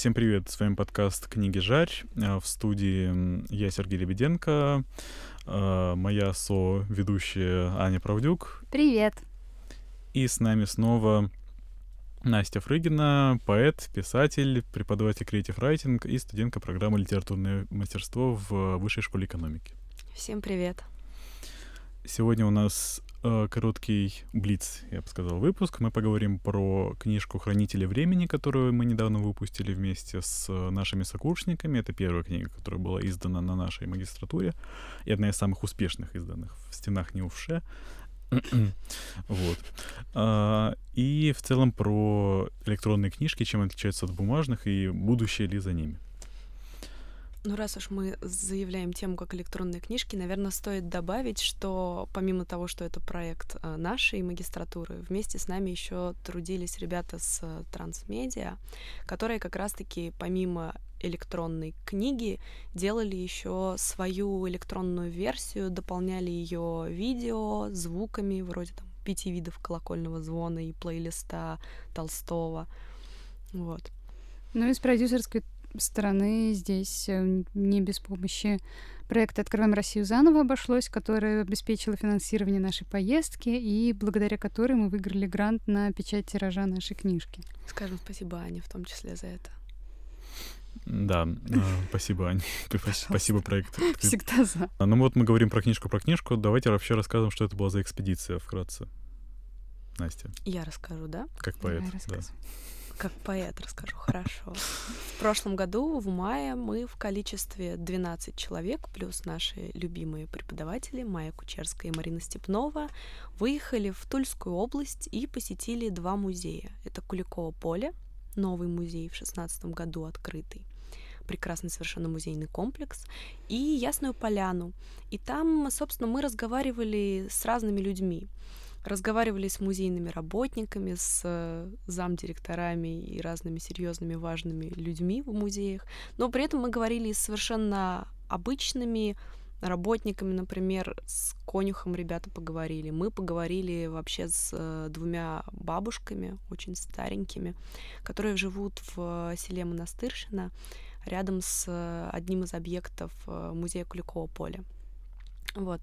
Всем привет, с вами подкаст «Книги Жарь». В студии я, Сергей Лебеденко, моя ведущая Аня Правдюк. Привет. И с нами снова Настя Фрыгина, поэт, писатель, преподаватель Creative Writing и студентка программы «Литературное мастерство» в Высшей школе экономики. Всем привет. Сегодня у нас короткий блиц, я бы сказал, выпуск. Мы поговорим про книжку «Хранители времени», которую мы недавно выпустили вместе с нашими сокурсниками. Это первая книга, которая была издана на нашей магистратуре и одна из самых успешных изданных в «Стенах Неувше». Вот. И в целом про электронные книжки, чем отличаются от бумажных и будущее ли за ними. Ну, раз уж мы заявляем тему как электронные книжки, наверное, стоит добавить, что помимо того, что это проект нашей магистратуры, вместе с нами еще трудились ребята с Трансмедиа, которые как раз-таки помимо электронной книги делали еще свою электронную версию, дополняли ее видео, звуками, вроде там 5 видов колокольного звона и плейлиста Толстого. Вот. Ну и с продюсерской стороны здесь не без помощи проекта «Открываем Россию заново» обошлось, который обеспечило финансирование нашей поездки и благодаря которой мы выиграли грант на печать тиража нашей книжки. Скажем спасибо Ане в том числе за это. Да, спасибо, Ань. Спасибо, проект. Всегда за. Ну вот мы говорим про книжку. Давайте вообще расскажем, что это была за экспедиция вкратце. Настя. Я расскажу, да? Как поэт, да. Как поэт расскажу, хорошо. В прошлом году, в мае, мы в количестве 12 человек, плюс наши любимые преподаватели Майя Кучерская и Марина Степнова, выехали в Тульскую область и посетили 2 музея. Это Куликово поле, новый музей в 2016 году открытый, прекрасный совершенно музейный комплекс, и Ясную Поляну. И там, собственно, мы разговаривали с разными людьми. Разговаривали с музейными работниками, с замдиректорами и разными серьезными важными людьми в музеях, но при этом мы говорили с совершенно обычными работниками, например, с конюхом ребята поговорили. Мы поговорили вообще с 2 бабушками, очень старенькими, которые живут в селе Монастырщина, рядом с одним из объектов музея Куликово поля. Вот.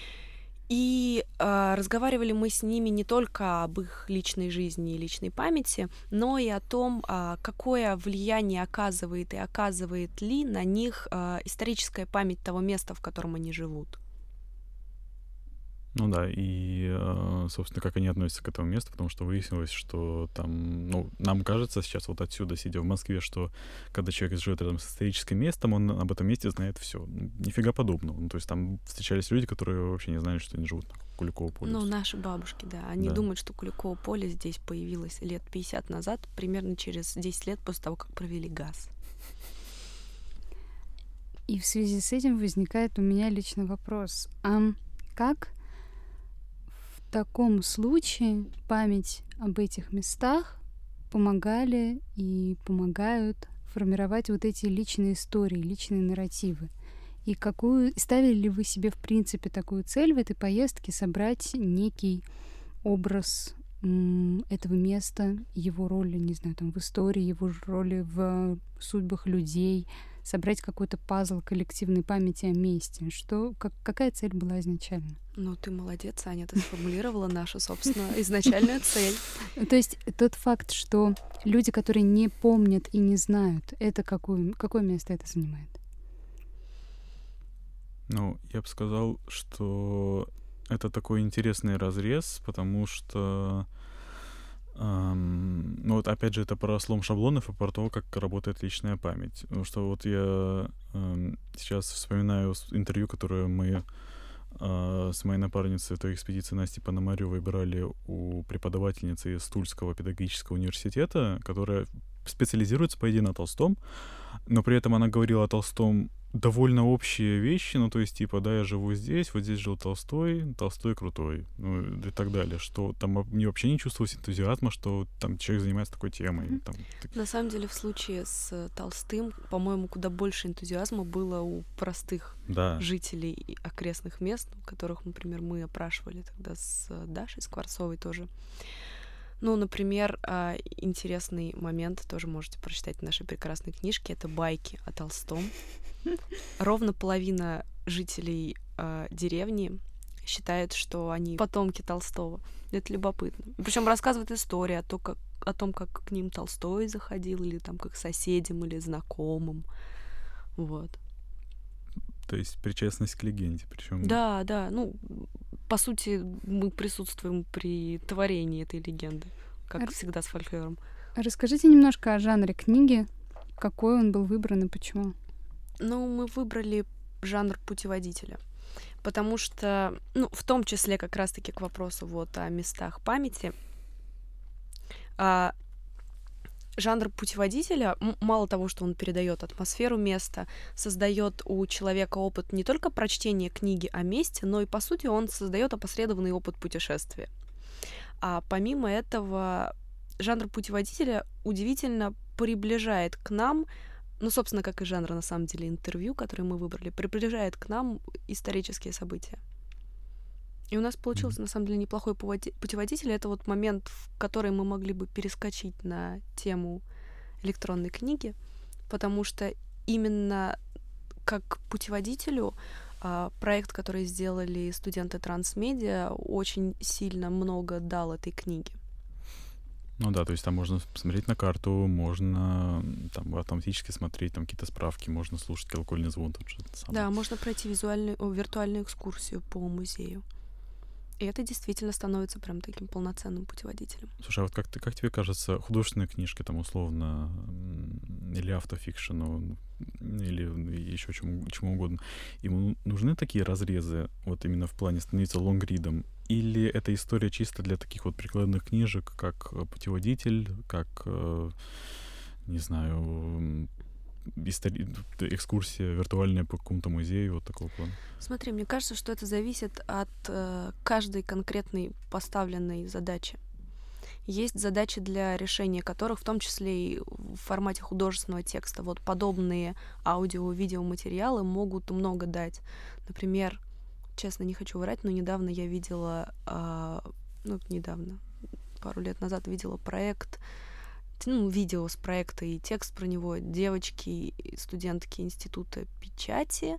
И разговаривали мы с ними не только об их личной жизни и личной памяти, но и о том, какое влияние оказывает и оказывает ли на них историческая память того места, в котором они живут. Ну да, и, собственно, как они относятся к этому месту, потому что выяснилось, что там, ну, нам кажется сейчас вот отсюда, сидя в Москве, что когда человек живет рядом с историческим местом, он об этом месте знает все. Нифига подобного. Ну, то есть там встречались люди, которые вообще не знали, что они живут на Куликово поле. Ну, наши бабушки, да. Они думают, что Куликово поле здесь появилось лет 50 назад, примерно через 10 лет после того, как провели газ. И в связи с этим возникает у меня личный вопрос. А как в таком случае память об этих местах помогали и помогают формировать вот эти личные истории, личные нарративы? И ставили ли вы себе в принципе такую цель в этой поездке собрать некий образ этого места, его роли, не знаю, там в истории, его роли в судьбах людей, собрать какой-то пазл коллективной памяти о месте? Какая цель была изначально? Ну, ты молодец, Аня, ты сформулировала нашу, собственно, изначальную цель. То есть тот факт, что люди, которые не помнят и не знают, это какое место это занимает? Ну, я бы сказал, что это такой интересный разрез, потому что, ну вот опять же, это про слом шаблонов и про то, как работает личная память. Потому что вот я сейчас вспоминаю интервью, которое мы с моей напарницей той экспедиции Насти Пономарёвой брали у преподавательницы из Тульского педагогического университета, которая специализируется, по идее, на Толстом, но при этом она говорила о Толстом довольно общие вещи, ну, то есть, типа, да, я живу здесь, вот здесь жил Толстой, Толстой крутой, ну, и так далее, что там мне вообще не чувствовалось энтузиазма, что там человек занимается такой темой. Там, На самом деле, в случае с Толстым, по-моему, куда больше энтузиазма было у простых жителей окрестных мест, которых, например, мы опрашивали тогда с Дашей Скворцовой тоже. Ну, например, интересный момент, тоже можете прочитать в нашей прекрасной книжке, это байки о Толстом. Ровно половина жителей деревни считает, что они потомки Толстого. Это любопытно. Причем рассказывает историю о том, как к ним Толстой заходил, или там как к соседям, или знакомым. Вот. То есть причастность к легенде, причем. Да, да. Ну, по сути, мы присутствуем при творении этой легенды, как всегда с фольклором. Расскажите немножко о жанре книги, какой он был выбран и почему. Ну, мы выбрали жанр путеводителя, потому что, ну, в том числе как раз-таки к вопросу вот о местах памяти, жанр путеводителя, мало того, что он передает атмосферу места, создает у человека опыт не только прочтения книги о месте, но и, по сути, он создает опосредованный опыт путешествия. А помимо этого, жанр путеводителя удивительно приближает к нам, ну, собственно, как и жанр, на самом деле, интервью, который мы выбрали, приближает к нам исторические события. И у нас получился, на самом деле, неплохой путеводитель. Это вот момент, в который мы могли бы перескочить на тему электронной книги, потому что именно как путеводителю проект, который сделали студенты Трансмедиа, очень сильно много дал этой книге. Ну да, то есть там можно посмотреть на карту, можно там автоматически смотреть там какие-то справки, можно слушать колокольный звон. Тот же самый. Да, можно пройти виртуальную экскурсию по музею. И это действительно становится прям таким полноценным путеводителем. Слушай, а вот как тебе кажется, художественные книжки, там, условно, или автофикшену, или еще чему угодно, им нужны такие разрезы, вот именно в плане становиться лонгридом? Или это история чисто для таких вот прикладных книжек, как путеводитель, как, не знаю, экскурсия виртуальная по какому-то музею, вот такого плана? Смотри, мне кажется, что это зависит от каждой конкретной поставленной задачи. Есть задачи, для решения которых, в том числе и в формате художественного текста, вот подобные аудио-видеоматериалы могут много дать. Например, честно, не хочу врать, но недавно я видела, пару лет назад видела проект, видео с проекта и текст про него девочки, студентки Института печати,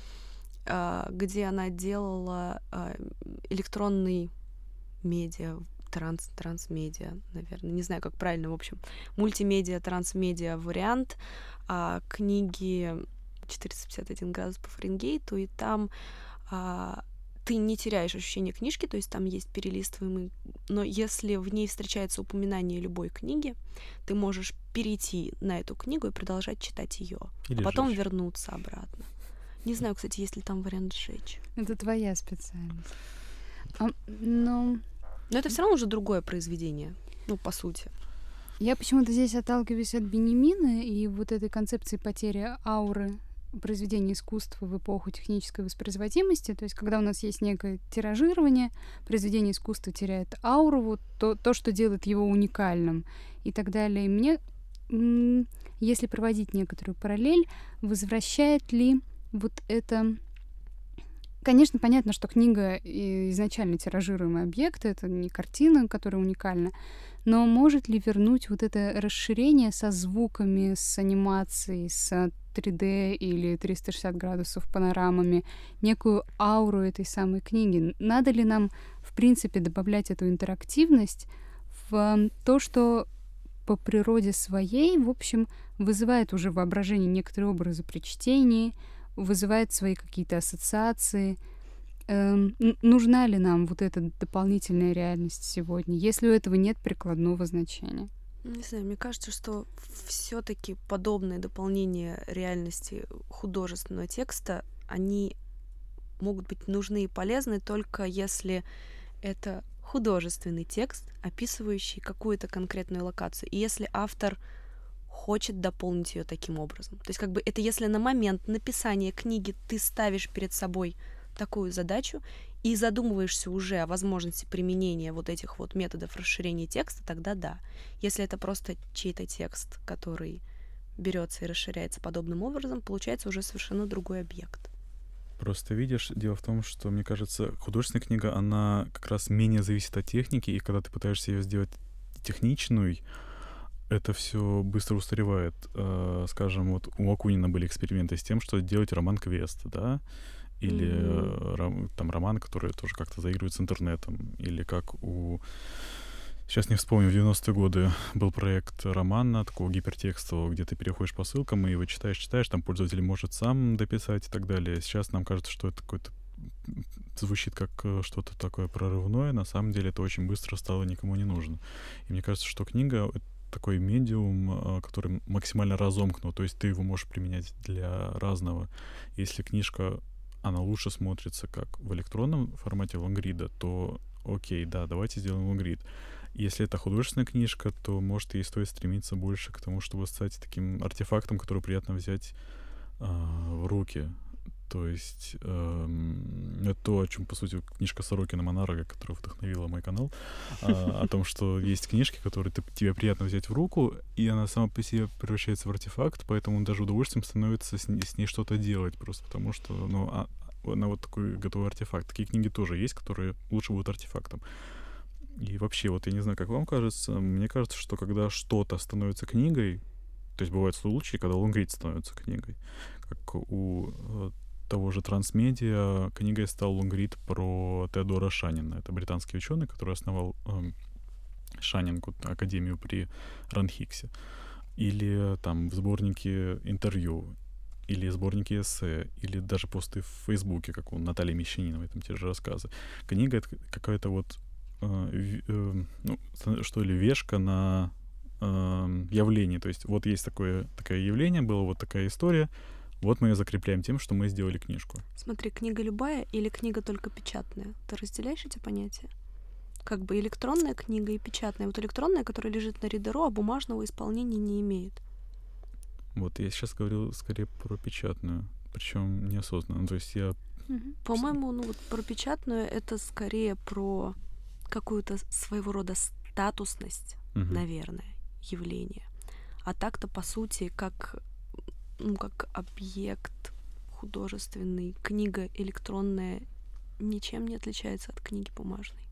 где она делала электронный медиа, трансмедиа, наверное, не знаю, как правильно, в общем, мультимедиа, трансмедиа вариант книги «451 градус по Фаренгейту», и там ты не теряешь ощущение книжки, то есть там есть перелистываемый, но если в ней встречается упоминание любой книги, ты можешь перейти на эту книгу и продолжать читать ее, а потом вернуться обратно. Не знаю, кстати, есть ли там вариант сжечь. Это твоя специальность. Но это все равно уже другое произведение, по сути. Я почему-то здесь отталкиваюсь от Бенемина и вот этой концепции потери ауры произведения искусства в эпоху технической воспроизводимости, то есть когда у нас есть некое тиражирование, произведение искусства теряет ауру, вот то, что делает его уникальным и так далее. И мне, если проводить некоторую параллель, возвращает ли вот это... Конечно, понятно, что книга изначально тиражируемый объект, это не картина, которая уникальна, но может ли вернуть вот это расширение со звуками, с анимацией, с 3D или 360 градусов панорамами, некую ауру этой самой книги? Надо ли нам, в принципе, добавлять эту интерактивность в то, что по природе своей, в общем, вызывает уже воображение некоторые образы при чтении, вызывает свои какие-то ассоциации? Нужна ли нам вот эта дополнительная реальность сегодня, если у этого нет прикладного значения? Не знаю, мне кажется, что все-таки подобные дополнения реальности художественного текста, они могут быть нужны и полезны только если это художественный текст, описывающий какую-то конкретную локацию. И если автор хочет дополнить ее таким образом. То есть это если на момент написания книги ты ставишь перед собой такую задачу и задумываешься уже о возможности применения вот этих вот методов расширения текста, тогда да. Если это просто чей-то текст, который берется и расширяется подобным образом, получается уже совершенно другой объект. Просто видишь, дело в том, что, мне кажется, художественная книга, она как раз менее зависит от техники, и когда ты пытаешься ее сделать техничной, это все быстро устаревает. Скажем, вот у Акунина были эксперименты с тем, что делать роман-квест, да, или там роман, который тоже как-то заигрывает с интернетом, или как у... Сейчас не вспомню, в 90-е годы был проект романа, такого гипертекстового, где ты переходишь по ссылкам, и его читаешь, там пользователь может сам дописать и так далее. Сейчас нам кажется, что это какой-то звучит как что-то такое прорывное. На самом деле это очень быстро стало никому не нужно. И мне кажется, что книга — это такой медиум, который максимально разомкнут, то есть ты его можешь применять для разного. Если книжка, она лучше смотрится как в электронном формате лонгрида, то окей, да, давайте сделаем лонгрид. Если это художественная книжка, то, может, ей стоит стремиться больше к тому, чтобы стать таким артефактом, который приятно взять в руки. То есть это то, о чем, по сути, книжка Сорокина «Монарога», которая вдохновила мой канал, о том, что есть книжки, которые тебе приятно взять в руку, и она сама по себе превращается в артефакт, поэтому даже удовольствием становится с ней что-то делать, просто потому что она вот такой готовый артефакт. Такие книги тоже есть, которые лучше будут артефактом. И вообще, вот я не знаю, как вам кажется, мне кажется, что когда что-то становится книгой, то есть бывают случаи, когда лонгрид становится книгой, как у того же Трансмедиа книгой стал лонгрид про Теодора Шанина. Это британский ученый, который основал Шанингу, академию при Ранхиксе. Или там в сборнике интервью, или сборники эссе, или даже посты в Фейсбуке, как у Натальи Мещаниновой, там те же рассказы. Книга — это какая-то вот что ли, вешка на явление. То есть вот есть такое явление, было вот такая история, вот мы ее закрепляем тем, что мы сделали книжку. Смотри, книга любая или книга только печатная? Ты разделяешь эти понятия? Как бы электронная книга и печатная. Вот электронная, которая лежит на Ридеро, а бумажного исполнения не имеет. Вот я сейчас говорил скорее про печатную, причем неосознанно. То есть я... По-моему, вот про печатную это скорее про какую-то своего рода статусность, наверное, явление. А так-то, по сути, как объект художественный, книга электронная ничем не отличается от книги бумажной.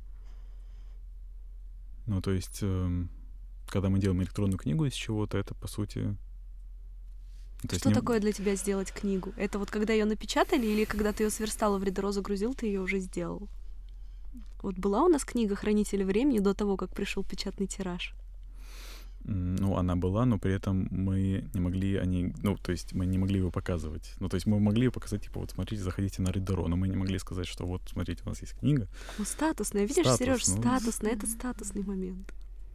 Ну, то есть, когда мы делаем электронную книгу из чего-то, это, по сути... Что такое для тебя сделать книгу? Это вот когда ее напечатали или когда ты ее сверстала в Ридеро, загрузил, ты ее уже сделал? Вот была у нас книга «Хранитель времени» до того, как пришел печатный тираж? Ну, она была, но при этом мы не могли мы не могли его показывать. Ну, то есть мы могли ее показать, типа, вот смотрите, заходите на Ридеро, но мы не могли сказать, что вот, смотрите, у нас есть книга. Ну, статусная. Видишь, Серёж, статусная. Это статусный момент.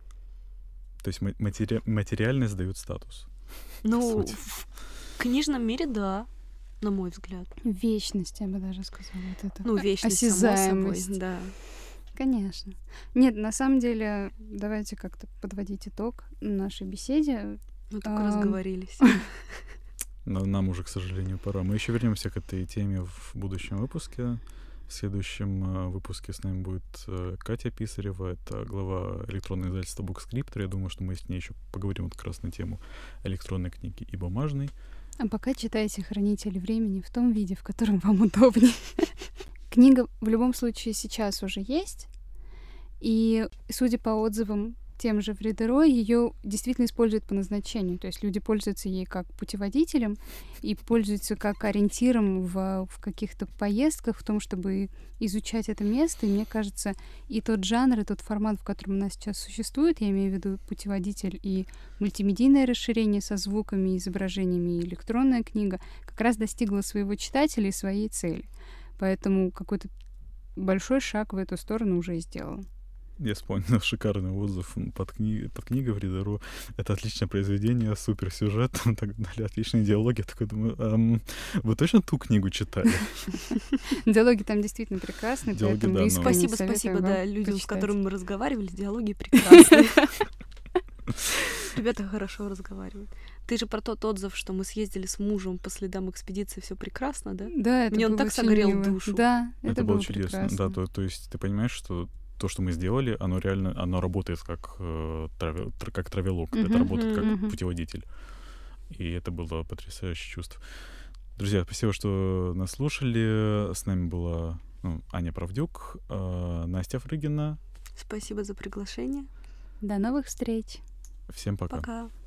То есть материальность дает статус. Ну, в книжном мире, да, на мой взгляд. Вечность, я бы даже сказала. Вот это. Ну, вечность, осязаемость. само собой, да. Конечно. Нет, на самом деле, давайте как-то подводить итог нашей беседе. Мы только разговорились. Но нам уже, к сожалению, пора. Мы еще вернемся к этой теме в будущем выпуске. В следующем выпуске с нами будет Катя Писарева, это глава электронного издательства Букскриптор. Я думаю, что мы с ней еще поговорим вот как раз на тему электронной книги и бумажной. А пока читайте «Хранитель времени» в том виде, в котором вам удобнее. Книга в любом случае сейчас уже есть, и, судя по отзывам тем же в Ридеро, ее действительно используют по назначению. То есть люди пользуются ей как путеводителем и пользуются как ориентиром в каких-то поездках, в том, чтобы изучать это место. И мне кажется, и тот жанр, и тот формат, в котором она сейчас существует, я имею в виду путеводитель и мультимедийное расширение со звуками, изображениями и электронная книга, как раз достигла своего читателя и своей цели. Поэтому какой-то большой шаг в эту сторону уже сделан. Я вспомнил шикарный отзыв под книгой в Ридеро. Это отличное произведение, супер сюжет, так далее, отличные диалоги. Я такой думаю, вы точно ту книгу читали? Диалоги там действительно прекрасны. Спасибо, да, людям, с которыми мы разговаривали, диалоги прекрасные. Ребята хорошо разговаривают. Ты же про тот отзыв, что мы съездили с мужем по следам экспедиции, все прекрасно, да? Да, это мне он так согрел душу. Да, это было чудесно. Да, то есть ты понимаешь, что то, что мы сделали, оно реально, оно работает как травелог, это работает как путеводитель. И это было потрясающее чувство. Друзья, спасибо, что нас слушали. С нами была Аня Правдюк, Настя Фрыгина. Спасибо за приглашение. До новых встреч. Всем пока. Пока.